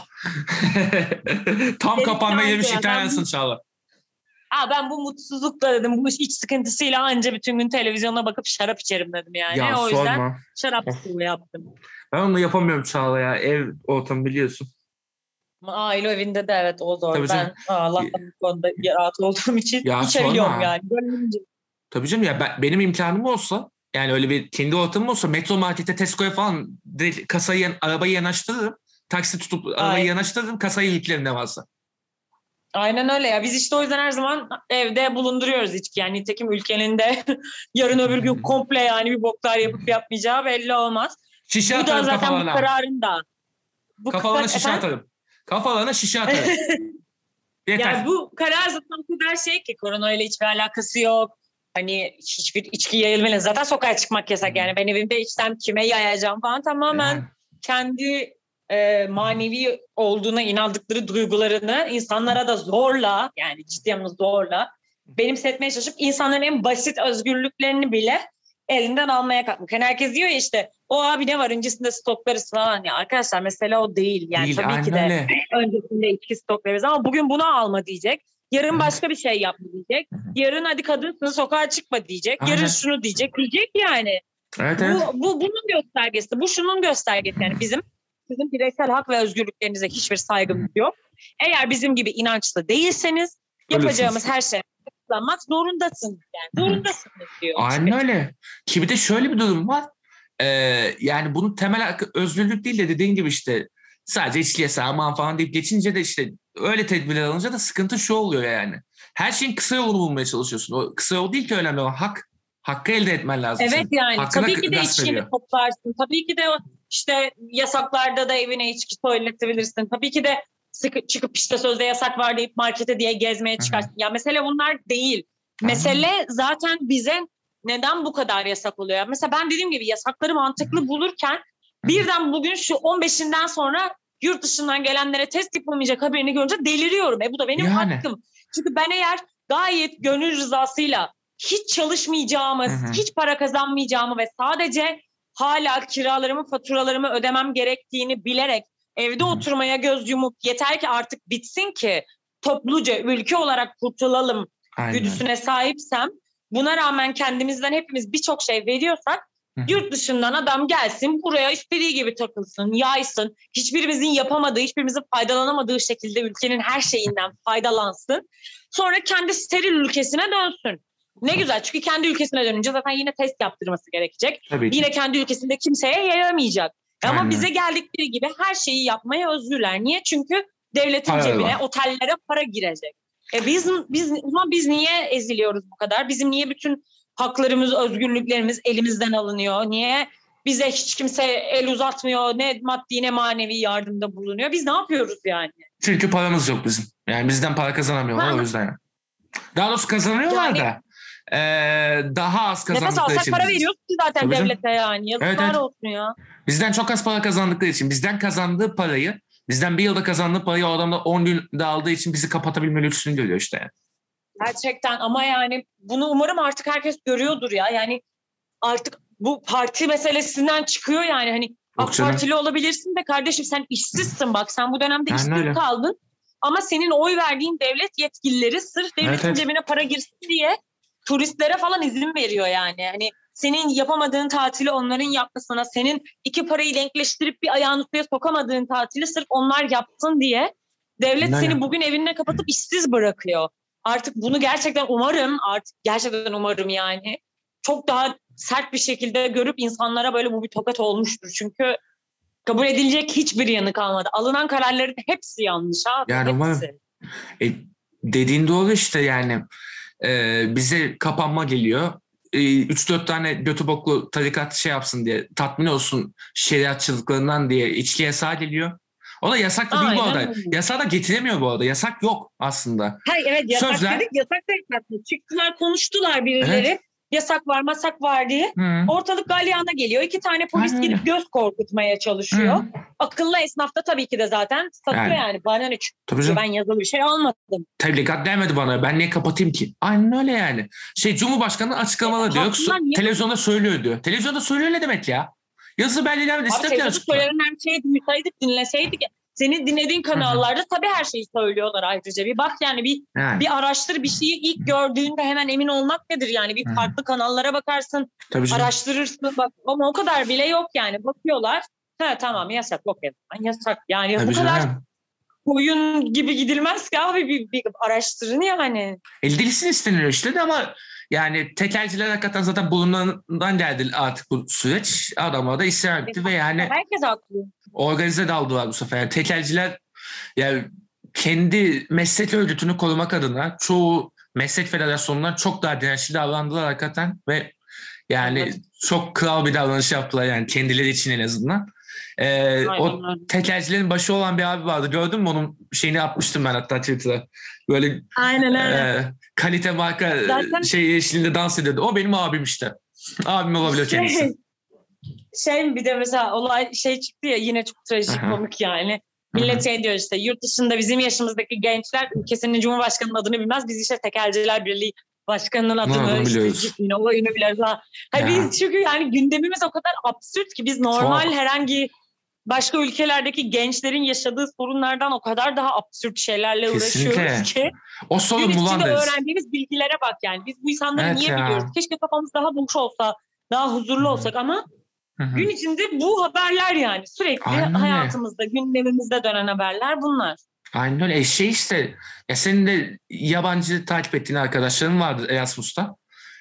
Tam kapanma yemiş İtalyansın Çağla. Aa, ben bu mutsuzlukla dedim bu iç sıkıntısıyla anca bütün gün televizyona bakıp şarap içerim dedim yani. Ya, o yüzden sorma. Şarap sıvı yaptım. Ben onu yapamıyorum Çağla ya. Ev ortamı biliyorsun. Aile evinde de evet o zor. Tabii ben Allah'tan bu konuda rahat olduğum için ya içebiliyorum sorma. Yani. Bölümünce. Tabii canım ya ben, benim imkanım olsa yani öyle bir kendi ortamım olsa Metro Market'e Tesco'ya falan kasayı arabayı yanaştırırım. Taksi tutup arabayı Aynen. yanaştırırım kasayı yüklerim ne varsa. Aynen öyle ya. Biz işte o yüzden her zaman evde bulunduruyoruz içki. Yani nitekim ülkenin de yarın öbür gün komple yani bir boklar yapıp yapmayacağı belli olmaz. Şişe bu atarım da zaten kafalarına. Bu kararın da. Bu kafalarına şişe efendim? atarım. Kafalarına şişe atarım. Yeter. Yani bu karar zaten bu kadar şey ki koronayla hiçbir alakası yok. Hani hiçbir içki yayılmayla zaten sokağa çıkmak yasak. Yani ben evimde içsem kime yayacağım falan tamamen yani. kendi e, manevi olduğuna inandıkları duygularını insanlara da zorla yani ciddi anlamda zorla benimsetmeye çalışıp insanların en basit özgürlüklerini bile elinden almaya kalkmak. Yani herkes diyor ya işte o abi ne var öncesinde stoklarız falan. Ya arkadaşlar mesele o değil. Yani değil, tabii ki de öyle. Öncesinde içki stoklarız ama bugün bunu alma diyecek. Yarın evet. başka bir şey yapma diyecek. Yarın hadi kadınsın sokağa çıkma diyecek. Aynen. Yarın şunu diyecek. Diyecek yani. Evet, bu, evet. bu bunun göstergesi. Bu şunun göstergesi. Yani bizim sizin bireysel hak ve özgürlüklerinize hiçbir saygımız yok. Eğer bizim gibi inançlı değilseniz yapacağımız her şey kullanmak zorundasınız. Yani zorundasınız diyor. Aynen öyle. Ki bir de şöyle bir durum var. Ee, yani bunun temel özgürlük değil de dediğin gibi işte sadece içki yasağı aman falan deyip geçince de işte öyle tedbirler alınca da sıkıntı şu oluyor yani. her şeyin kısa yolunu bulmaya çalışıyorsun. O kısa yol değil ki önemli olan hak. Hakkı elde etmen lazım. Evet senin. yani Hakkına tabii ki de gasp içkini ediyor. toplarsın. Tabii ki de işte yasaklarda da evine içki söyletebilirsin. Tabii ki de sıkı, çıkıp işte sözde yasak var deyip markete diye gezmeye çıkarsın. Ya mesele bunlar değil. Mesele Anladım. zaten bize neden bu kadar yasak oluyor? Mesela ben dediğim gibi yasakları mantıklı bulurken birden bugün şu on beşinden sonra yurt dışından gelenlere test yapılmayacak haberini görünce deliriyorum. E bu da benim Yani. hakkım. Çünkü ben eğer gayet gönül rızasıyla hiç çalışmayacağımı, Hı hı. hiç para kazanmayacağımı ve sadece hala kiralarımı, faturalarımı ödemem gerektiğini bilerek evde Hı hı. oturmaya göz yumup yeter ki artık bitsin ki topluca ülke olarak kurtulalım Aynen. güdüsüne sahipsem, buna rağmen kendimizden hepimiz birçok şey veriyorsak, Hı hı. yurt dışından adam gelsin buraya istediği gibi takılsın, yaysın, hiçbirimizin yapamadığı, hiçbirimizin faydalanamadığı şekilde ülkenin her şeyinden faydalansın. Sonra kendi steril ülkesine dönsün. Ne güzel, çünkü kendi ülkesine dönünce zaten yine test yaptırması gerekecek. Tabii ki. Yine kendi ülkesinde kimseye yayamayacak. Ama Aynen. bize geldikleri gibi her şeyi yapmaya özgürler. Niye? Çünkü devletin Para cebine, var. otellere para girecek. E biz biz o zaman biz niye eziliyoruz bu kadar? Bizim niye bütün haklarımız, özgürlüklerimiz elimizden alınıyor? Niye bize hiç kimse el uzatmıyor, ne maddi ne manevi yardımda bulunuyor? Biz ne yapıyoruz yani? Çünkü paramız yok bizim. Yani bizden para kazanamıyorlar, Ha, o yüzden. Daha doğrusu kazanıyorlar yani da eee, daha az nefes kazandıkları alsak için. para biz- veriyoruz ki zaten Tabii canım. devlete yani. Yazıklar Evet, evet. olsun ya. Bizden çok az para kazandıkları için, bizden kazandığı parayı, bizden bir yılda kazandığı parayı o adam da on günde aldığı için bizi kapatabilme lüksünü görüyor işte. Yani. Gerçekten, ama yani bunu umarım artık herkes görüyordur ya. Yani artık bu parti meselesinden çıkıyor yani. Hani Yok AK canım. Partili olabilirsin de kardeşim, sen işsizsin bak. Sen bu dönemde Yani işsiz öyle. kaldın. Ama senin oy verdiğin devlet yetkilileri sırf devletin Evet, evet. cebine para girsin diye turistlere falan izin veriyor yani. Hani senin yapamadığın tatili onların yapmasına, senin iki parayı denkleştirip bir ayağını suya sokamadığın tatili sırf onlar yapsın diye devlet Öyle. seni bugün evine kapatıp işsiz bırakıyor. Artık bunu gerçekten umarım, artık gerçekten umarım yani çok daha sert bir şekilde görüp insanlara böyle bu bir tokat olmuştur. Çünkü kabul edilecek hiçbir yanı kalmadı. Alınan kararların hepsi yanlış abi. Yani umarım. Hepsi. E, dediğin doğru işte yani. E, bize kapanma geliyor. E, üç dört tane götü boklu tarikat şey yapsın diye, tatmin olsun şeriatçılıklarından diye içki yasağı geliyor. O da yasak da değil bu Aynen arada. öyle. Yasağı da getiremiyor bu arada. Yasak yok aslında. Hayır, evet, yasak Sözler. dedik, yasak da yasak. Çıktılar, konuştular birileri. Evet. Yasak var, masak var diye. Hı. Ortalık galyana geliyor. İki tane polis Aynen gidip öyle. göz korkutmaya çalışıyor. Hı. Akıllı esnaf da tabii ki de zaten satıyor Yani. yani. Bana ne Tabii çıkıyor? canım. Ben yazılı bir şey almadım. Tebligat gelmedi bana. Ben niye kapatayım ki? Aynen öyle yani. Şey, Cumhurbaşkanı açıklamalı diyor. Hakkından niye? Televizyonda söylüyor diyor. Televizyonda söylüyor ne demek ya? Yazı belgeler Abi istekler teyzesi açıklıyor. söylenen şeyi duysaydık, dinleseydik. Senin dinlediğin kanallarda tabii her şeyi söylüyorlar ayrıca. Bir bak yani, bir Yani. bir araştır, bir şeyi ilk gördüğünde hemen emin olmak nedir yani? Bir Hı. farklı kanallara bakarsın, Tabii canım. araştırırsın bak, ama o kadar bile yok yani. Bakıyorlar. Ha tamam, yasak, okey. Yasak. Yani Tabii bu kadar canım. oyun gibi gidilmez ki abi, bir, bir araştırın yani. El delisi isteniyor işte de ama yani tekelciler hakikaten zaten bulunduğundan geldi artık bu süreç. Adamlar da isyan etti ve yani Herkes haklı. organize daldılar bu sefer. Yani tekelciler yani kendi meslek örgütünü korumak adına çoğu meslek federasyonundan çok daha dirençli davrandılar hakikaten ve yani Evet. çok kral bir davranış yaptılar yani kendileri için en azından. Ee, o Aynen öyle. tekelcilerin başı olan bir abi vardı. Gördün mü, onun şeyini atmıştım ben hatta Twitter'a. Böyle Aynen öyle. e, kalite marka Zaten şey eşliğinde dans ediyordu. O benim abim işte. Abim olabilir kendisi. şey, şey bir de mesela olay şey çıktı ya, yine çok trajik, Aha. komik yani. Millet şey diyor işte, yurt dışında bizim yaşımızdaki gençler ülkesinin cumhurbaşkanının adını bilmez. Biz işte Tekelciler Birliği Başkanı'nın adını, adını işte biliyoruz. cismini, oyunu biliriz. Ha. Ha, Ya. biz çünkü yani gündemimiz o kadar absürt ki biz normal Çok. herhangi başka ülkelerdeki gençlerin yaşadığı sorunlardan o kadar daha absürt şeylerle Kesinlikle. uğraşıyoruz ki. O sorun Gün mu içinde lan deriz. öğrendiğimiz bilgilere bak yani. Biz bu insanları Evet niye ya. biliyoruz? Keşke kafamız daha boş olsa, daha huzurlu Hı hı. olsak, ama Hı hı. gün içinde bu haberler yani. Sürekli Aynen öyle. hayatımızda, gündemimizde dönen haberler bunlar. Aynen öyle. E şey işte, ya senin de yabancı takip ettiğin arkadaşların vardır Erasmus'ta.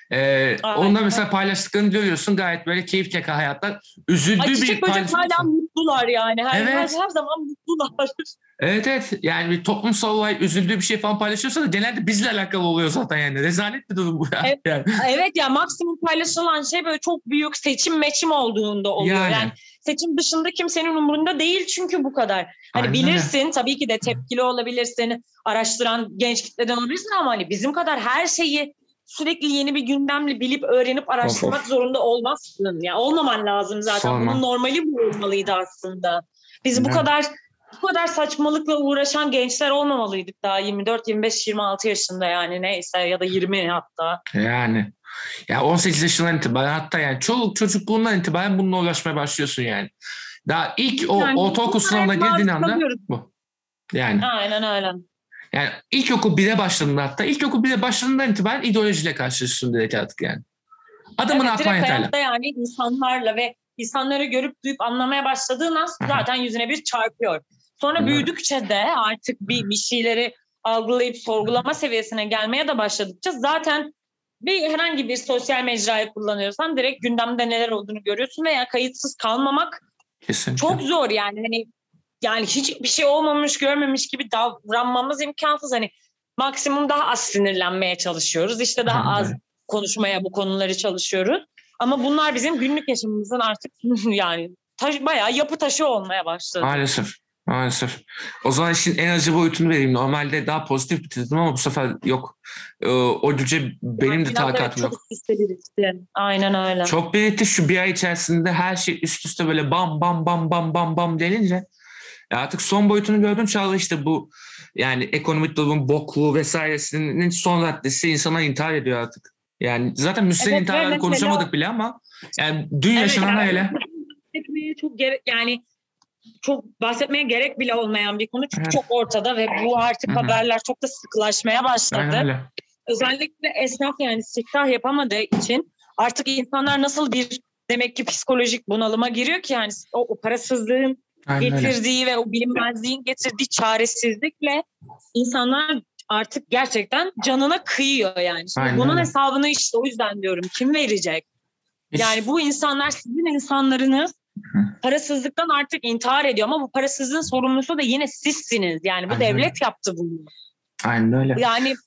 Ee, Aynen. onunla mesela paylaştıklarını görüyorsun, gayet böyle keyif keyifli hayatlar. Üzüldüğü Ay, bir çiçek böcek paylaşım. hala mutlular yani. Her, her, Evet. her zaman mutlular. Evet evet. Yani bir toplumsal olay, üzüldüğü bir şey falan paylaşıyorsa da genelde bizle alakalı oluyor zaten yani. Rezalet bir durum bu ya. Evet, Yani. evet ya, maksimum paylaşılan şey böyle çok büyük seçim meçim olduğunda oluyor. Yani Yani. seçim dışında kimsenin umurunda değil çünkü bu kadar. Hani Aynen öyle. bilirsin, tabii ki de tepkili olabilirsin, araştıran genç kitleden olabilirsin ama hani bizim kadar her şeyi sürekli yeni bir gündemle bilip öğrenip araştırmak Of of. zorunda olmazsın. Ya olmaman lazım zaten. Bunun Sorma. normali bu olmalıydı aslında. Biz bu Yani. kadar bu kadar saçmalıkla uğraşan gençler olmamalıydık daha yirmi dört, yirmi beş, yirmi altı yaşında yani, neyse, ya da yirmi hatta. Yani. Ya on sekiz yaşından itibaren, hatta yani çoluk çocukluğundan itibaren bununla uğraşmaya başlıyorsun yani. Daha ilk o Yani ortaokul bunlara sınavına hep girdiğin maruz anda kalıyoruz. bu. Yani. Aynen öyle. Yani ilkokul bire başladığında, hatta ilkokul bire başladığından itibaren ideolojiyle karşılaşıyorsun direkt artık yani. Adımını Evet, atman direkt yeterli. hayatta yani insanlarla ve insanları görüp duyup anlamaya başladığın an Aha. zaten yüzüne bir çarpıyor. Sonra Anladım. büyüdükçe de artık bir, bir şeyleri algılayıp sorgulama seviyesine gelmeye de başladıkça zaten bir herhangi bir sosyal mecrayı kullanıyorsan direkt gündemde neler olduğunu görüyorsun veya kayıtsız kalmamak Kesinlikle. çok zor yani. Hani yani hiçbir şey olmamış, görmemiş gibi davranmamız imkansız. Hani maksimum daha az sinirlenmeye çalışıyoruz. İşte daha Aha, az evet. konuşmaya bu konuları çalışıyoruz. Ama bunlar bizim günlük yaşamımızın artık yani taş, bayağı yapı taşı olmaya başladı. Maalesef. Maalesef. O zaman işin en acı boyutunu vereyim. Normalde daha pozitif bitirdim ama bu sefer yok. Ee, o güce Yani benim de biraz evet takatım çok yok. üst üste birikti. Aynen öyle. Çok birlikte şu bir ay içerisinde her şey üst üste böyle bam bam bam bam bam bam denince ya artık son boyutunu gördüm Çağla, işte bu yani ekonomik durumun bokluğu vesairesinin son raddesi, insana intihar ediyor artık. Yani zaten müstehcen Evet ve intiharları mesela konuşamadık bile ama yani dün evet yaşanana yani hele. bahsetmeye çok gerek yani çok bahsetmeye gerek bile olmayan bir konu çünkü Evet. çok ortada ve bu Hı artık hı. haberler çok da sıkılaşmaya Aynen başladı. öyle. Özellikle esnaf yani siftah yapamadığı için artık insanlar nasıl bir demek ki psikolojik bunalıma giriyor ki yani o, o parasızlığın Aynen öyle. getirdiği ve o bilinmezliğin getirdiği çaresizlikle insanlar artık gerçekten canına kıyıyor yani. Şimdi Aynen bunun öyle. hesabını işte o yüzden diyorum kim verecek? Hiç. Yani bu insanlar sizin insanlarınız Hı. parasızlıktan artık intihar ediyor ama bu parasızlığın sorumlusu da yine sizsiniz. Yani bu Aynen öyle. devlet yaptı bunu. Aynen öyle. Yani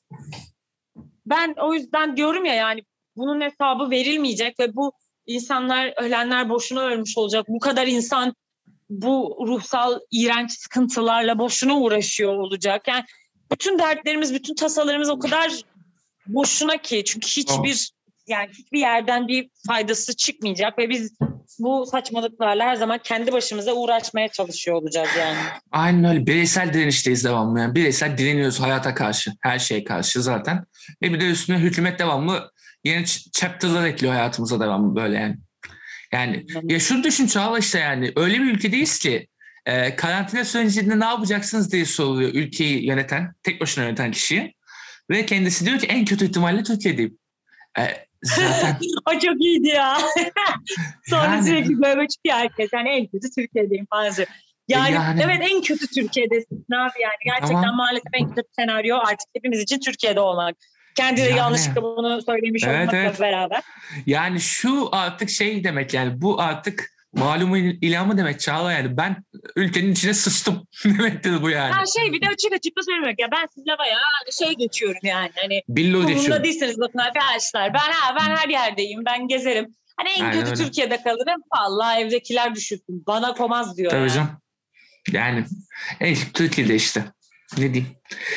ben o yüzden diyorum ya yani bunun hesabı verilmeyecek ve bu insanlar, ölenler boşuna ölmüş olacak. Bu kadar insan bu ruhsal iğrenç sıkıntılarla boşuna uğraşıyor olacak. Yani bütün dertlerimiz, bütün tasalarımız o kadar boşuna ki çünkü O. hiçbir yani hiçbir yerden bir faydası çıkmayacak ve biz bu saçmalıklarla her zaman kendi başımıza uğraşmaya çalışıyor olacağız yani. Aynen öyle. Bireysel direnişteyiz devamlı. Yani bireysel direniyoruz hayata karşı. Her şeye karşı zaten. Ve bir de üstüne hükümet devamlı yeni chapter'lar ekliyor hayatımıza devamlı böyle yani. Yani ya şunu düşün Çağla, işte yani öyle bir ülkedeyiz ki e, karantina sürecinde ne yapacaksınız diye soruluyor ülkeyi yöneten, tek başına yöneten kişiye. Ve kendisi diyor ki en kötü ihtimalle Türkiye'deyim. E, zaten O çok iyiydi ya. Sonra yani sürekli böyle çıkıyor herkes. Yani en kötü Türkiye'deyim falan diyor. e, Yani yani evet en kötü Türkiye'desin abi yani. Gerçekten tamam maalesef en kötü senaryo artık hepimiz için Türkiye'de olmak. Kendi de yani yanlışlıkla bunu söylemiş evet olmakla evet. beraber. Yani şu artık şey demek, yani bu artık malumu ilamı demek Çağla, yani ben ülkenin içine sıçtım demektir bu yani. Her şey bir de açık açık da söylemek ya ben sizle bayağı şey geçiyorum yani. Hani Billur umurumda geçiyorum. değilsiniz bakın arkadaşlar. Ben ha ben her yerdeyim. Ben gezerim. Hani en Aynen kötü öyle. Türkiye'de kalırım. Vallahi evdekiler düşünsün. Bana komaz diyor Tabii yani. canım. Yani e, Türkiye'de işte. Ne diyeyim?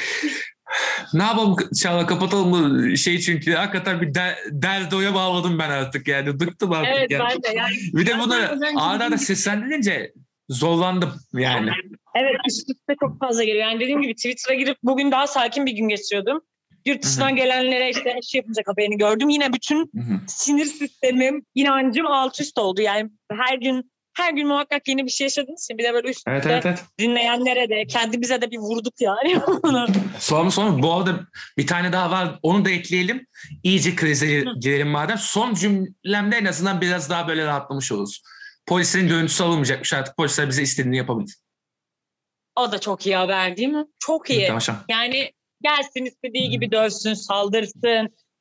Ne yapalım Çağla, kapatalım mı şey, çünkü hakikaten bir der, derdoya bağladım ben artık yani. Bıktım artık Evet yani. ben de yani Bir de bunu zaten az önce ağır ağır dediğim gibi seslendirince zorlandım yani. evet üst üste çok fazla geliyor. Yani dediğim gibi Twitter'a girip bugün daha sakin bir gün geçiriyordum. Yurt Hı hı. dışından gelenlere işte aşı yapılacak haberini gördüm. Yine bütün Hı hı. sinir sistemim, inancım alt üst oldu. Yani her gün her gün muhakkak yeni bir şey yaşadığımız için bir de böyle üst Evet üste evet evet. dinleyenlere de kendimize de bir vurduk yani bunu. Sonra sonra bu arada bir tane daha var, onu da ekleyelim. İyice krize girelim madem. Son cümlemde en azından biraz daha böyle rahatlamış oluruz. Polislerin görüntüsü alınmayacakmış artık. Polisler bize istediğini yapabilir. O da çok iyi haber değil mi? Çok iyi. Tamam. Yani gelsin istediği gibi dövsün, saldırsın.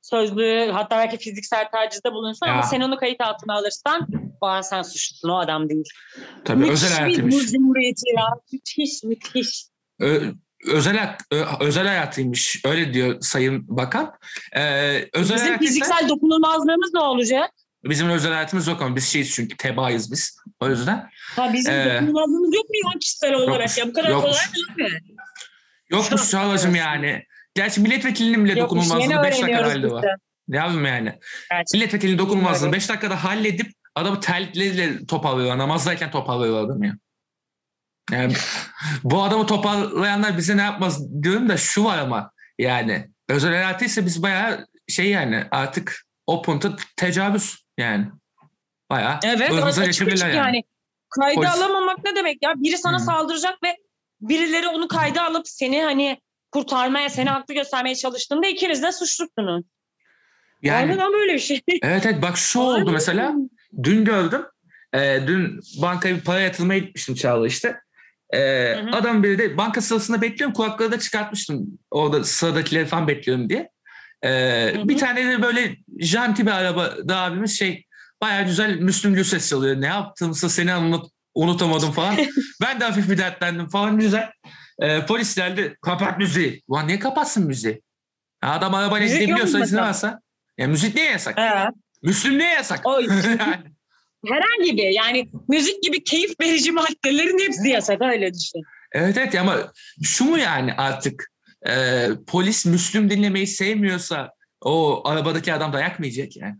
sözlü, hatta belki fiziksel tacizde bulunsun Ya. ama sen onu kayıt altına alırsan o an sen suçlusun, o adam değil. Tabii Müthiş özel bir hayatıymış. bu cumhuriyeti ya. Müthiş, müthiş. Ö- özel hayat- ö- özel hayatıymış. Öyle diyor Sayın Bakan. Ee, özel Bizim hayatıysa fiziksel dokunulmazlığımız ne olacak? bizim özel hayatımız yok ama biz şeyiz çünkü tebaayız biz. O yüzden. Ha, bizim Ee, dokunulmazlığımız yok mu ya kişisel olarak? yokmuş. Ya bu kadar kolay Yokmuş. mı? Yokmuş Çağla'cığım yani. Gerçi milletvekilinin bile Yokmuş, yeni dokunulmazlığını beş dakikada öğreniyoruz halli biz var. de. Ne yapayım yani? Gerçekten. Milletvekilinin dokunulmazlığını Bilmiyorum. beş dakikada halledip adamı terlikleriyle toparlıyorlar. Namazdayken toparlıyorlar adamı ya. Yani bu adamı toparlayanlar bize ne yapmaz diyorum da şu var ama yani özel hayatıysa biz bayağı şey yani artık o punta tecavüz yani. Bayağı Evet, ırzımıza açık geçebilirler açık yani. yani. Kayda Polis. alamamak ne demek ya? Biri sana Hı. saldıracak ve birileri onu kayda alıp seni hani kurtarmaya, seni haklı göstermeye çalıştığında ikiniz de suçlusunuz. Yani Harbiden böyle bir şey. evet evet bak şu oldu mesela. Dün gördüm. Ee, dün bankaya bir para yatırmaya gitmiştim Çağla işte. Ee, Hı hı. adam biri de banka sırasında bekliyorum. Kulaklığı da çıkartmıştım. Orada sıradakileri falan bekliyorum diye. Ee, Hı hı. bir tane de böyle janti bir araba da abimiz şey bayağı güzel Müslüm Gürses çalıyor. Ne yaptımsa seni anlat, unutamadım falan. Ben de hafif bir dertlendim falan güzel. Ee, polis geldi kapat müziği. Ulan niye kapatsın müziği? Ya adam arabayla Müzik yok mu gidebiliyorsa izni mesela? varsa. Ya müzik niye yasak? He. Müslüm niye yasak? O Yani, herhangi bir yani müzik gibi keyif verici maddelerin hepsi yasak, öyle düşün. evet evet ama şu mu yani artık e, polis Müslüm dinlemeyi sevmiyorsa o arabadaki adam dayak mı yiyecek yani?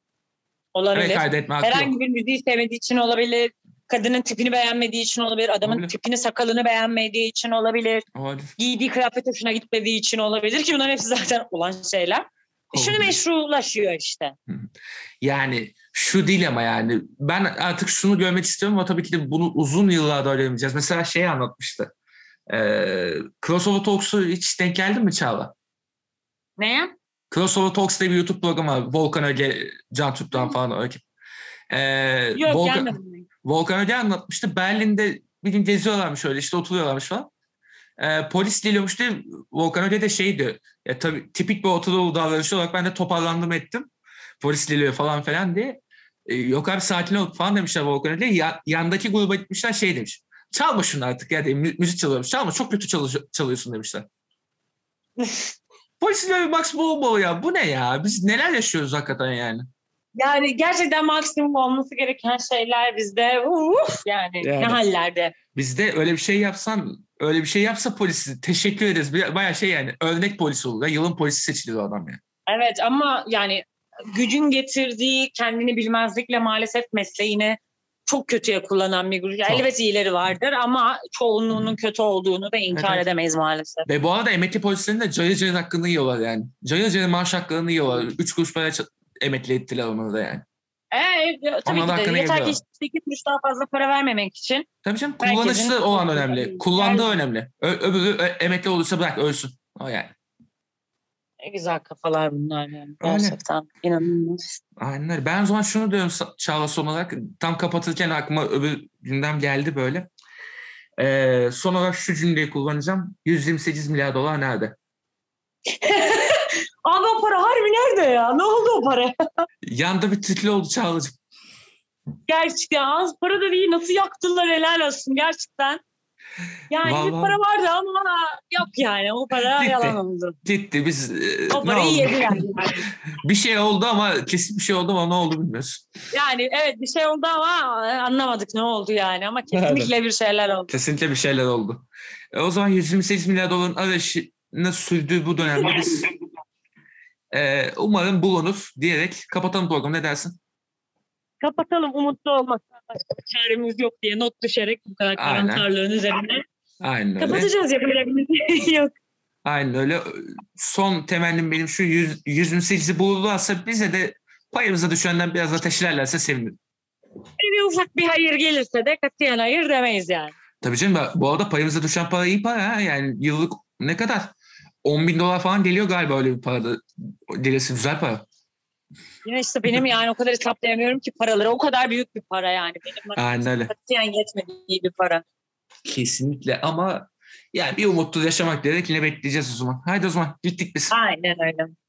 Evet Olabilir. kaydetme hakkı Herhangi yok. bir müziği sevmediği için olabilir. Kadının tipini beğenmediği için olabilir. Adamın Olabilir. tipini, sakalını beğenmediği için olabilir. Olabilir. Giydiği kıyafet hoşuna gitmediği için olabilir ki bunların hepsi zaten olan şeyler. E Şimdi Olabilir. meşrulaşıyor işte. Yani şu değil ama yani ben artık şunu görmek istiyorum ama tabii ki de bunu uzun yıllarda öğrenemeyeceğiz. Mesela şey anlatmıştı. E, Crossover Talks'u hiç denk geldin mi Çağla? Neye? Crossover Talks diye bir YouTube programı var. Volkan Öge, Can Türk'ten falan o ekip. E, Yok, Volkan, gelmedim. Volkan Öge anlatmıştı. Berlin'de bir gün geziyorlarmış öyle işte oturuyorlarmış falan. E, polis geliyormuş diye Volkan Öge de şeydi. Ya tabii tipik bir Ortadoğu davranışı olarak ben de toparlandım ettim. Polis geliyor falan falan diye. E, yok abi sakin ol falan demişler Volkan Öge. Ya, yandaki gruba gitmişler şey demiş. Çalma şunu artık ya demiş. Mü- müzik çalıyormuş. Çalma çok kötü çalış- çalıyorsun demişler. Polisin öyle bir Max bu olmalı ya. Bu ne ya? Biz neler yaşıyoruz hakikaten yani. Yani gerçekten maksimum olması gereken şeyler bizde. Uf, yani, Yani. ne hallerde. Bizde öyle bir şey yapsan, öyle bir şey yapsa polisi teşekkür ederiz. Bayağı şey yani örnek polis olur. Yılın polisi seçiliyor adam ya. Evet ama yani gücün getirdiği kendini bilmezlikle maalesef mesleğini çok kötüye kullanan bir grup. Çok. Elbet iyileri vardır ama çoğunluğunun kötü olduğunu da inkar Evet, evet. edemeyiz maalesef. Ve bu arada emekli polislerin de cayır cayır hakkını yiyorlar yani. Cayır cayır maaş haklarını yiyorlar. Üç kuruş para emekli ettiler onu da yani. Evet, tabii Onların ki de. hakkını Yeter ki yiyorlar. işte iki kuruş daha fazla para vermemek için. Tabii canım Herkesin kullanışlı olan önemli. Kullandığı Yani, önemli. Ö- öbürü ö- emekli olursa bırak ölsün. O yani. ne güzel kafalar bunlar yani. Öyle. Gerçekten inanılmaz. Aynen öyle. Ben o zaman şunu diyorum Çağla son olarak. Tam kapatırken aklıma öbür gündem geldi böyle. Ee, son olarak şu cümleyi kullanacağım. yüz yirmi sekiz milyar dolar nerede? Abi o para harbi nerede ya? Ne oldu o para? Yanda bir tıklı oldu Çağla'cığım. Gerçekten az para da değil. Nasıl yaktılar, helal olsun gerçekten. Yani Vallahi. bir para vardı ama yok yani. O para Gitti. yalan oldu. Gitti. Biz e, O ne parayı oldu? yediler yani. Bir şey oldu ama kesin bir şey oldu ama ne oldu bilmiyoruz. Yani evet bir şey oldu ama anlamadık ne oldu yani. Ama kesinlikle bir şeyler oldu. Kesinlikle bir şeyler oldu. E, o zaman yüz yirmi sekiz milyar doların arayışını sürdüğü bu dönemde biz e, umarım bulunur diyerek kapatalım programı. Ne dersin? Kapatalım, umutlu olmaktan başka çaremiz yok diye not düşerek bu kadar Aynen. karamsarlığın üzerine. Aynen öyle. Kapatacağız, yapacak bir şey yok. Aynen öyle. Son temennim benim şu yüz, yüz yirmi sekizi bulurlarsa bize de payımıza düşenden biraz ateşlerlerse sevinirim. Bir ufak bir hayır gelirse de katiyen hayır demeyiz yani. Tabii canım bu arada payımıza düşen para iyi para ha. Yani yıllık ne kadar? on bin dolar falan geliyor galiba öyle bir parada. Delisi güzel para. Yine işte benim yani o kadar hesaplayamıyorum ki paraları. O kadar büyük bir para yani. Benim Aynen öyle. katiyen yetmediği bir para. Kesinlikle ama yani bir umutlu yaşamak diyerek yine bekleyeceğiz o zaman. Haydi o zaman gittik biz. Aynen öyle.